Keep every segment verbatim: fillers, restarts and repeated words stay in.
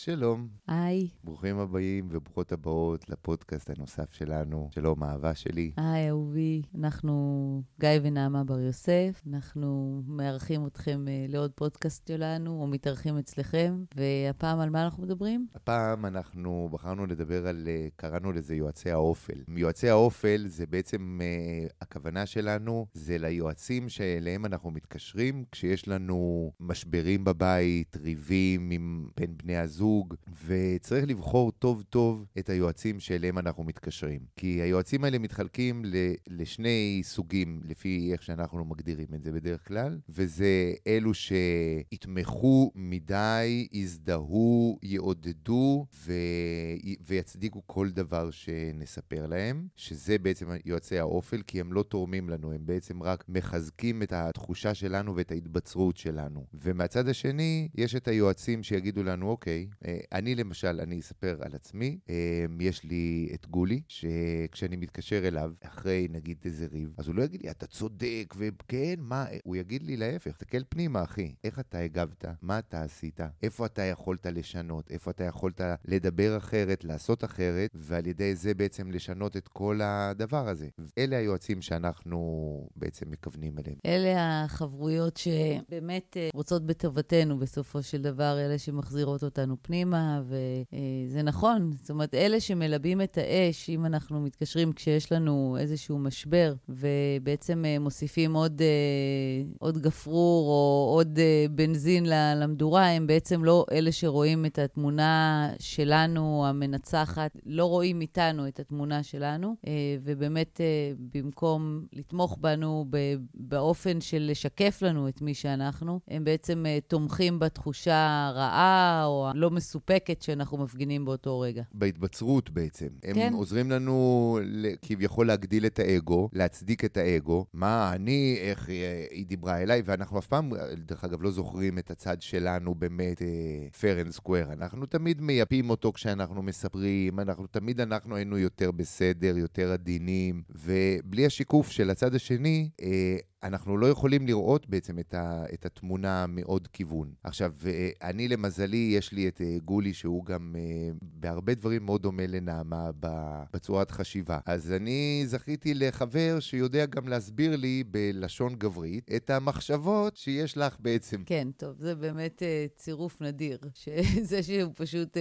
שלום. היי. ברוכים הבאים וברוכות הבאות לפודקאסט הנוסף שלנו. שלום, אהבה שלי. היי, אהובי. אנחנו גיא ונעמה בר יוסף. אנחנו מארחים אתכם uh, לעוד פודקאסט שלנו, או מתארחים אצלכם. והפעם על מה אנחנו מדברים? הפעם אנחנו בחרנו לדבר על, uh, קראנו לזה יועצי האופל. יועצי האופל זה בעצם, uh, הכוונה שלנו, זה ליועצים שאליהם אנחנו מתקשרים, כשיש לנו משברים בבית, ריבים עם בין בני הזוג, וצריך לבחור טוב טוב את היועצים שאליהם אנחנו מתקשרים. כי היועצים האלה מתחלקים לשני סוגים, לפי איך שאנחנו מגדירים את זה בדרך כלל, וזה אלו שיתמכו מדי, יזדהו, יעודדו ו... ויצדיקו כל דבר שנספר להם, שזה בעצם יועצי האופל, כי הם לא תורמים לנו, הם בעצם רק מחזקים את התחושה שלנו ואת ההתבצרות שלנו. ומהצד השני, יש את היועצים שיגידו לנו, אוקיי, אני למשל, אני אספר על עצמי, יש לי את גולי, שכשאני מתקשר אליו, אחרי נגיד איזה ריב, אז הוא לא יגיד לי, אתה צודק, וכן, מה, הוא יגיד לי להפך, תקל פנימה, אחי, איך אתה הגבת, מה אתה עשית, איפה אתה יכולת לשנות, איפה אתה יכולת לדבר אחרת, לעשות אחרת, ועל ידי זה בעצם לשנות את כל הדבר הזה. אלה היועצים שאנחנו בעצם מכוונים אליהם. אלה החברויות שבאמת רוצות בטובתנו בסופו של דבר, אלה שמחזירות אותנו פנימה, וזה נכון, זאת אומרת, אלה שמלבים את האש, אם אנחנו מתקשרים כשיש לנו איזשהו משבר, ובעצם מוסיפים עוד, עוד גפרור או עוד בנזין למדורה, הם בעצם לא אלה שרואים את התמונה שלנו, המנצחת, לא רואים איתנו את התמונה שלנו, ובאמת במקום לתמוך בנו באופן של לשקף לנו את מי שאנחנו, הם בעצם תומכים בתחושה רעה או לא מסופקת שאנחנו מפגינים באותו רגע. בהתבצרות בעצם. כן. הם עוזרים לנו כביכול להגדיל את האגו, להצדיק את האגו. מה, אני, איך היא דיברה אליי, ואנחנו אף פעם, דרך אגב, לא זוכרים את הצד שלנו באמת fair and square. אנחנו תמיד מייפים אותו כשאנחנו מספרים, אנחנו תמיד אנחנו היינו יותר בסדר, יותר עדינים, ובלי השיקוף של הצד השני, אנחנו לא יכולים לראות בעצם את, ה, את התמונה מעוד כיוון. עכשיו, אני למזלי, יש לי את גולי, שהוא גם בהרבה דברים מאוד דומה לנעמה בצורת חשיבה. אז אני זכיתי לחבר שיודע גם להסביר לי בלשון גברית את המחשבות שיש לך בעצם. כן, טוב, זה באמת צירוף נדיר. שזה שהוא פשוט,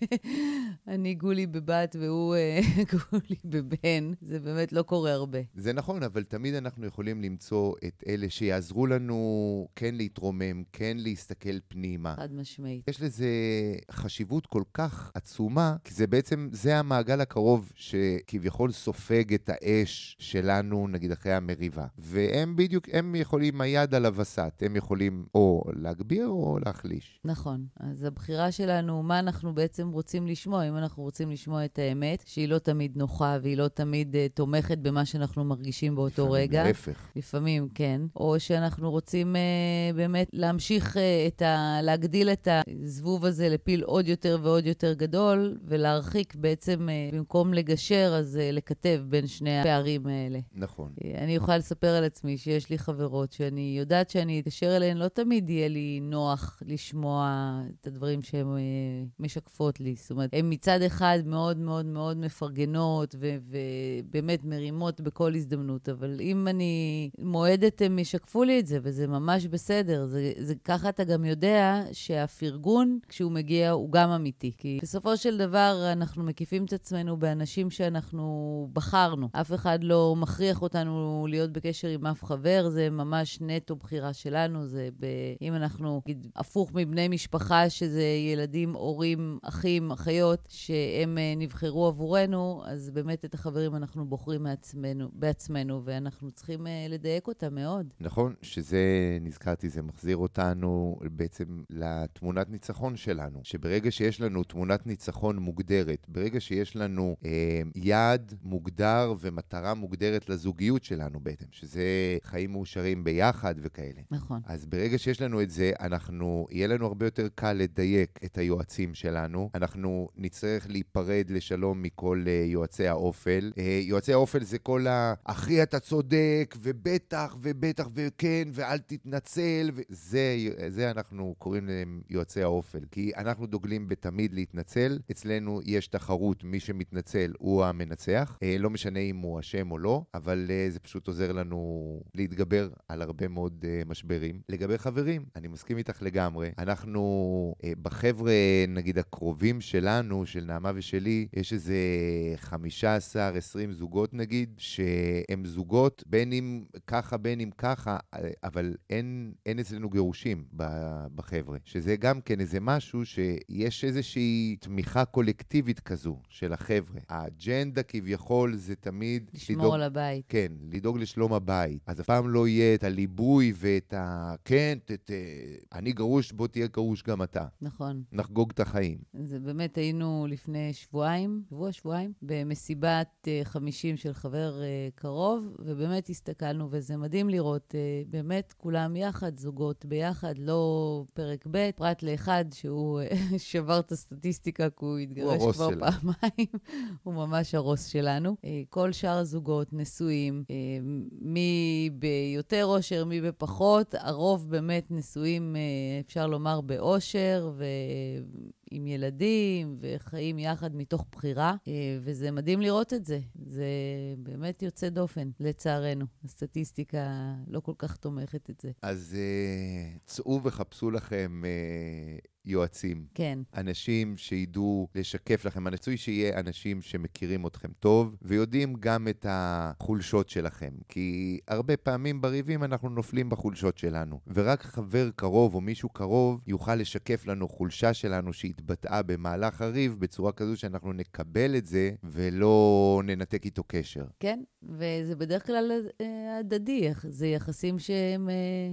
אני גולי בבת והוא גולי בבן, זה באמת לא קורה הרבה. זה נכון, אבל תמיד אנחנו יכולים למצוא את אלה שיעזרו לנו כן להתרומם, כן להסתכל פנימה. חד משמעית. יש לזה חשיבות כל כך עצומה, כי זה בעצם, זה המעגל הקרוב שכביכול סופג את האש שלנו, נגיד אחרי המריבה. והם בדיוק, הם יכולים היד על הווסת, הם יכולים או להגביר או להחליש. נכון. אז הבחירה שלנו, מה אנחנו בעצם רוצים לשמוע? אם אנחנו רוצים לשמוע את האמת, שהיא לא תמיד נוחה והיא לא תמיד uh, תומכת במה שאנחנו מרגישים באותו לפעמים רגע. להפך. לפעמים, כן. או שאנחנו רוצים uh, באמת להמשיך uh, את ה... להגדיל את הזבוב הזה לפיל עוד יותר ועוד יותר גדול, ולהרחיק בעצם, uh, במקום לגשר, אז uh, לכתב בין שני הפערים האלה. נכון. Uh, אני יכולה לספר על עצמי שיש לי חברות שאני יודעת שאני אתקשר אליהן, לא תמיד יהיה לי נוח לשמוע את הדברים שהן uh, משקפות לי. זאת אומרת, הן מצד אחד מאוד מאוד מאוד מפרגנות ו- ובאמת מרימות בכל הזדמנות, אבל אם אני מועדת, הם ישקפו לי את זה, וזה ממש בסדר. זה, זה ככה אתה גם יודע שהפרגון, כשהוא מגיע, הוא גם אמיתי. כי בסופו של דבר אנחנו מקיפים את עצמנו באנשים שאנחנו בחרנו. אף אחד לא מכריח אותנו להיות בקשר עם אף חבר, זה ממש נטו בחירה שלנו. זה ב... אם אנחנו נגיד, הפוך מבני משפחה, שזה ילדים, הורים, אחים, אחיות, שהם נבחרו עבורנו, אז באמת את החברים אנחנו בוחרים מעצמנו, בעצמנו, ואנחנו צריכים לדייק אותם מאוד. נכון, שזה, נזכרתי, זה מחזיר אותנו בעצם לתמונת ניצחון שלנו, שברגע שיש לנו תמונת ניצחון מוגדרת, ברגע שיש לנו אה, יעד מוגדר ומטרה מוגדרת לזוגיות שלנו בעצם, שזה חיים מאושרים ביחד וכאלה. נכון. אז ברגע שיש לנו את זה, אנחנו, יהיה לנו הרבה יותר קל לדייק את היועצים שלנו, אנחנו נצטרך להיפרד לשלום מכל uh, יועצי האופל. Uh, יועצי האופל זה כל ה... אחי אתה צודק, ובטח, בטח ובטח וכן, ואל תתנצל. וזה, זה אנחנו קוראים להם יועצי האופל, כי אנחנו דוגלים בתמיד להתנצל. אצלנו יש תחרות, מי שמתנצל הוא המנצח. לא משנה אם הוא אשם או לא, אבל זה פשוט עוזר לנו להתגבר על הרבה מאוד משברים. לגבי חברים, אני מסכים איתך לגמרי. אנחנו, בחבר'ה, נגיד הקרובים שלנו, של נעמה ושלי, יש איזה חמישה עשר עשרים זוגות נגיד, שהם זוגות בין אם ככה, בין אם ככה, אבל אין, אין אצלנו גירושים בחבר'ה. שזה גם כן איזה משהו שיש איזושהי תמיכה קולקטיבית כזו של החבר'ה. האג'נדה כביכול זה תמיד... לשמור לדאוג, על הבית. כן, לדאוג לשלום הבית. אז אף פעם לא יהיה את הליבוי ואת ה... כן, ת, ת, אני גרוש, בוא תהיה גרוש גם אתה. נכון. נחגוג את החיים. זה באמת היינו לפני שבועיים, שבוע, שבועיים, במסיבת חמישים של חבר קרוב, ובאמת הסתכלנו, וזה מדהים לראות, באמת כולם יחד, זוגות ביחד, לא פרק ב', פרט לאחד שהוא שבר את הסטטיסטיקה, כי הוא התגרש כבר שלנו. פעמיים, הוא ממש הרוס שלנו. כל שאר הזוגות נשואים, מי ביותר אושר, מי בפחות, הרוב באמת נשואים, אפשר לומר, באושר, ו... עם ילדים וחיים יחד מתוך בחירה, וזה מדהים לראות את זה. זה באמת יוצא דופן, לצערנו. הסטטיסטיקה לא כל כך תומכת את זה. אז uh, צאו וחפשו לכם uh, יועצים. כן. אנשים שידעו לשקף לכם. הרצוי שיהיה אנשים שמכירים אתכם טוב, ויודעים גם את החולשות שלכם. כי הרבה פעמים בריבים אנחנו נופלים בחולשות שלנו. ורק חבר קרוב או מישהו קרוב יוכל לשקף לנו חולשה שלנו שהתבטאה במהלך הריב, בצורה כזו שאנחנו נקבל את זה, ולא ננתק איתו קשר. כן, וזה בדרך כלל הדדי. זה יחסים שהם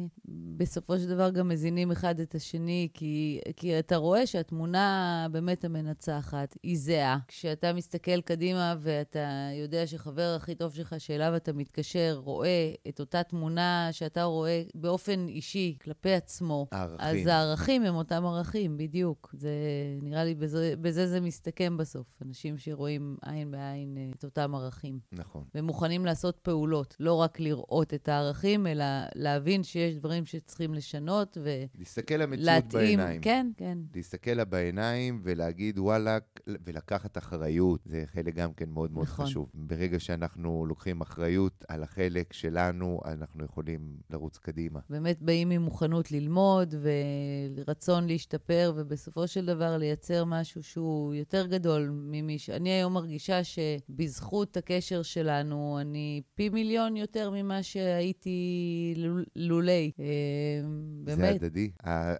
בסופו של דבר גם מזינים אחד את השני, כי... כי אתה רואה שהתמונה באמת המנצחת היא זהה. כשאתה מסתכל קדימה ואתה יודע שחבר הכי טוב שלך שאליו אתה מתקשר, רואה את אותה תמונה שאתה רואה באופן אישי כלפי עצמו. הערכים. אז הערכים הם אותם ערכים, בדיוק. זה נראה לי בזה, בזה זה מסתכם בסוף. אנשים שרואים עין בעין את אותם ערכים. נכון. ומוכנים לעשות פעולות. לא רק לראות את הערכים, אלא להבין שיש דברים שצריכים לשנות ו... להסתכל למציאות להתאים, בעיניים. כן. כן. להסתכל לה בעיניים ולהגיד וואלה, ולקחת אחריות. זה חלק גם כן מאוד מאוד נכון. חשוב. ברגע שאנחנו לוקחים אחריות על החלק שלנו, אנחנו יכולים לרוץ קדימה. באמת באים עם מוכנות ללמוד ורצון להשתפר, ובסופו של דבר לייצר משהו שהוא יותר גדול ממיש. אני היום מרגישה שבזכות הקשר שלנו, אני פי מיליון יותר ממה שהייתי לולי. באמת. זה הדדי.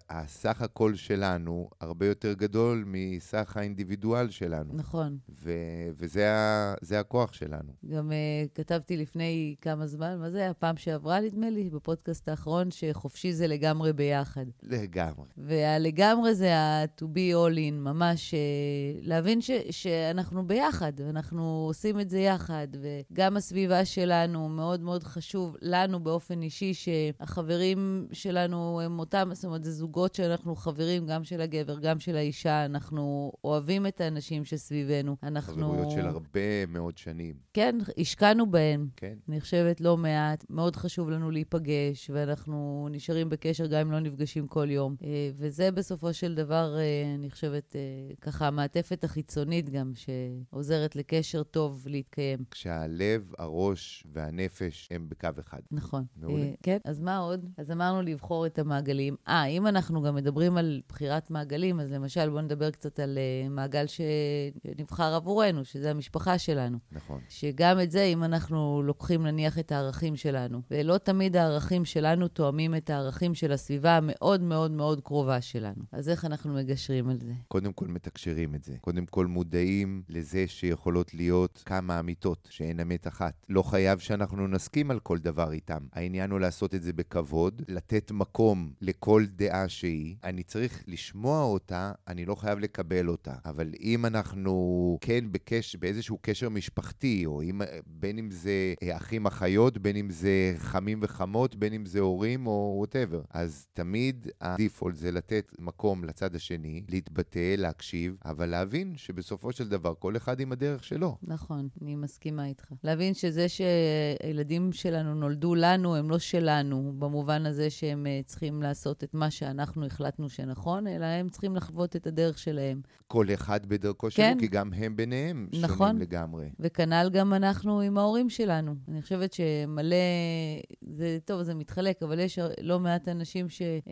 הסך הכל שלנו הרבה יותר גדול מסך האינדיבידואל שלנו. נכון. ו- וזה ה- זה הכוח שלנו. גם uh, כתבתי לפני כמה זמן, מה זה? הפעם שעברה, נדמה לי, בפודקאסט האחרון, שחופשי זה לגמרי ביחד. לגמרי. והלגמרי זה ה-to be all in, ממש uh, להבין ש- שאנחנו ביחד, ואנחנו עושים את זה יחד, וגם הסביבה שלנו מאוד מאוד חשוב לנו באופן אישי, שהחברים שלנו הם אותם, זאת אומרת, זה זוגות שאנחנו חברים, גם של הגבר, גם של האישה, אנחנו אוהבים את האנשים שסביבנו. אנחנו... חברויות של הרבה מאוד שנים. כן, השקענו בהם. כן. אני חושבת לא מעט. מאוד חשוב לנו להיפגש, ואנחנו נשארים בקשר גם אם לא נפגשים כל יום. וזה בסופו של דבר, אני חושבת, ככה, המעטפת החיצונית גם, שעוזרת לקשר טוב להתקיים. כשהלב, הראש והנפש הם בקו אחד. נכון. מעולה. כן, אז מה עוד? אז אמרנו לבחור את המעגלים. אה, אם אנחנו גם מדברים על בחירת מעגלים, אז למשל בואו נדבר קצת על uh, מעגל שנבחר עבורנו, שזה המשפחה שלנו. נכון. שגם את זה, אם אנחנו לוקחים נניח את הערכים שלנו, ולא תמיד הערכים שלנו תואמים את הערכים של הסביבה המאוד מאוד מאוד קרובה שלנו. אז איך אנחנו מגשרים על זה? קודם כל מתקשרים את זה. קודם כל מודעים לזה שיכולות להיות כמה אמיתות, שאין אמת אחת. לא חייב שאנחנו נסכים על כל דבר איתם. העניין הוא לעשות את זה בכבוד, לתת מקום לכל דעה שהיא. אני צריך צריך לשמוע אותה, אני לא חייב לקבל אותה. אבל אם אנחנו כן בקש, באיזשהו קשר משפחתי, או אם, בין אם זה אחים אחיות, בין אם זה חמים וחמות, בין אם זה הורים או whatever, אז תמיד הדיפולט זה לתת מקום לצד השני, להתבטא, להקשיב, אבל להבין שבסופו של דבר כל אחד עם הדרך שלו. נכון, אני מסכימה איתך. להבין שזה שהילדים שלנו נולדו לנו, הם לא שלנו, במובן הזה שהם צריכים לעשות את מה שאנחנו החלטנו שנכון, אלא הם צריכים לחוות את הדרך שלהם. כל אחד בדרכו כן. שלו, כי גם הם ביניהם נכון. שונים לגמרי. וכנ"ל גם אנחנו עם ההורים שלנו. אני חושבת שמלא, זה טוב, זה מתחלק, אבל יש לא מעט אנשים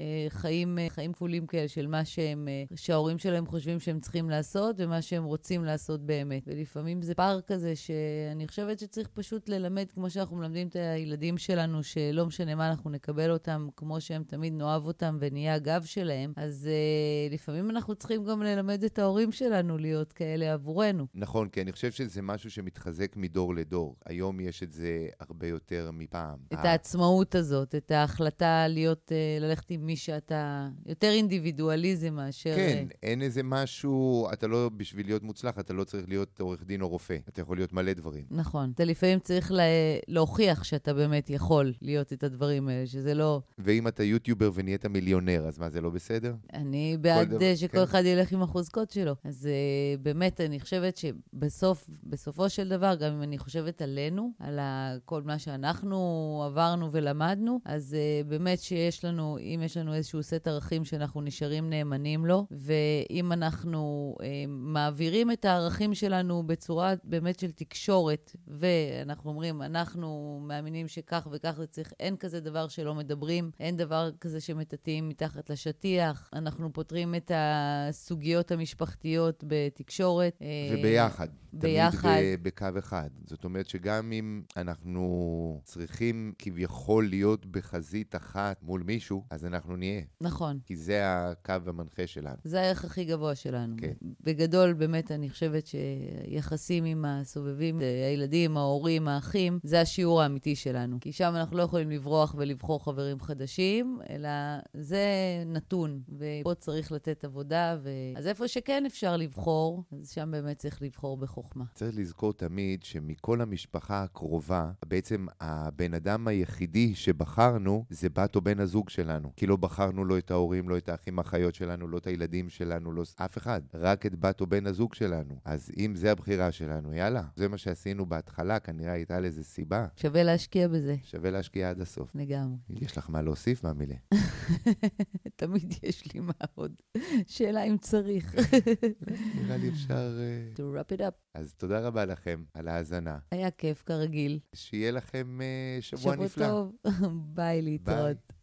שחיים חיים כפולים כאלה של מה שהם, שההורים שלהם חושבים שהם צריכים לעשות, ומה שהם רוצים לעשות באמת. ולפעמים זה פער כזה שאני חושבת שצריך פשוט ללמד, כמו שאנחנו מלמדים את הילדים שלנו, שלא משנה מה אנחנו נקבל אותם, כמו שהם תמיד נאהב אותם ונהיה הגב שלהם, אז uh, לפעמים אנחנו צריכים גם ללמד את ההורים שלנו להיות כאלה עבורנו. נכון, כי אני חושב שזה משהו שמתחזק מדור לדור. היום יש את זה הרבה יותר מפעם. את העצמאות הזאת, את ההחלטה להיות, uh, ללכת עם מי שאתה, יותר אינדיבידואליזם מאשר... כן, אין איזה משהו, אתה לא, בשביל להיות מוצלח, אתה לא צריך להיות עורך דין או רופא. אתה יכול להיות מלא דברים. נכון. אתה לפעמים צריך לה, להוכיח שאתה באמת יכול להיות את הדברים האלה, שזה לא... ואם אתה יוטיובר ונהיית מיליונר, אז מה, זה לא בסדר? אני בעד דבר, שכל כן. אחד ילך עם החוזקות שלו. אז uh, באמת, אני חושבת שבסוף, בסופו של דבר, גם אם אני חושבת עלינו, על כל מה שאנחנו עברנו ולמדנו, אז uh, באמת שיש לנו, אם יש לנו איזשהו סט ערכים שאנחנו נשארים נאמנים לו, ואם אנחנו uh, מעבירים את הערכים שלנו בצורה באמת של תקשורת, ואנחנו אומרים, אנחנו מאמינים שכך וכך זה צריך, אין כזה דבר שלא מדברים, אין דבר כזה שמטאטאים מתחת לשטיח, אנחנו פותרים את הסוגיות המשפחתיות בתקשורת. וביחד. ביחד. תמיד בקו אחד. זאת אומרת שגם אם אנחנו צריכים כביכול להיות בחזית אחת מול מישהו, אז אנחנו נהיה. נכון. כי זה הקו המנחה שלנו. זה הערך הכי גבוה שלנו. כן. בגדול, באמת, אני חושבת שיחסים עם הסובבים, הילדים, ההורים, האחים, זה השיעור האמיתי שלנו. כי שם אנחנו לא יכולים לברוח ולבחור חברים חדשים, אלא זה נתון, ופה צריך לתת עבודה, ו... אז איפה שכן אפשר לבחור, אז שם באמת צריך לבחור בחוכמה. צריך לזכור תמיד שמכל המשפחה הקרובה, בעצם הבן אדם היחידי שבחרנו, זה בת או בן הזוג שלנו. כי לא בחרנו לא את ההורים, לא את האחים האחיות שלנו, לא את הילדים שלנו, לא אף אחד. רק את בת או בן הזוג שלנו. אז אם זה הבחירה שלנו, יאללה. זה מה שעשינו בהתחלה, כנראה הייתה לזה סיבה. שווה להשקיע בזה. שווה להשקיע עד הסוף. לגמרי. יש לך מה להוסיף, מה מילה? תמיד יש לי מה עוד. שאלה אם צריך. נראה לי אפשר... To wrap it up. אז תודה רבה לכם על ההאזנה. היה כיף כרגיל. שיהיה לכם שבוע נפלא. שבוע טוב. ביי, להתראות.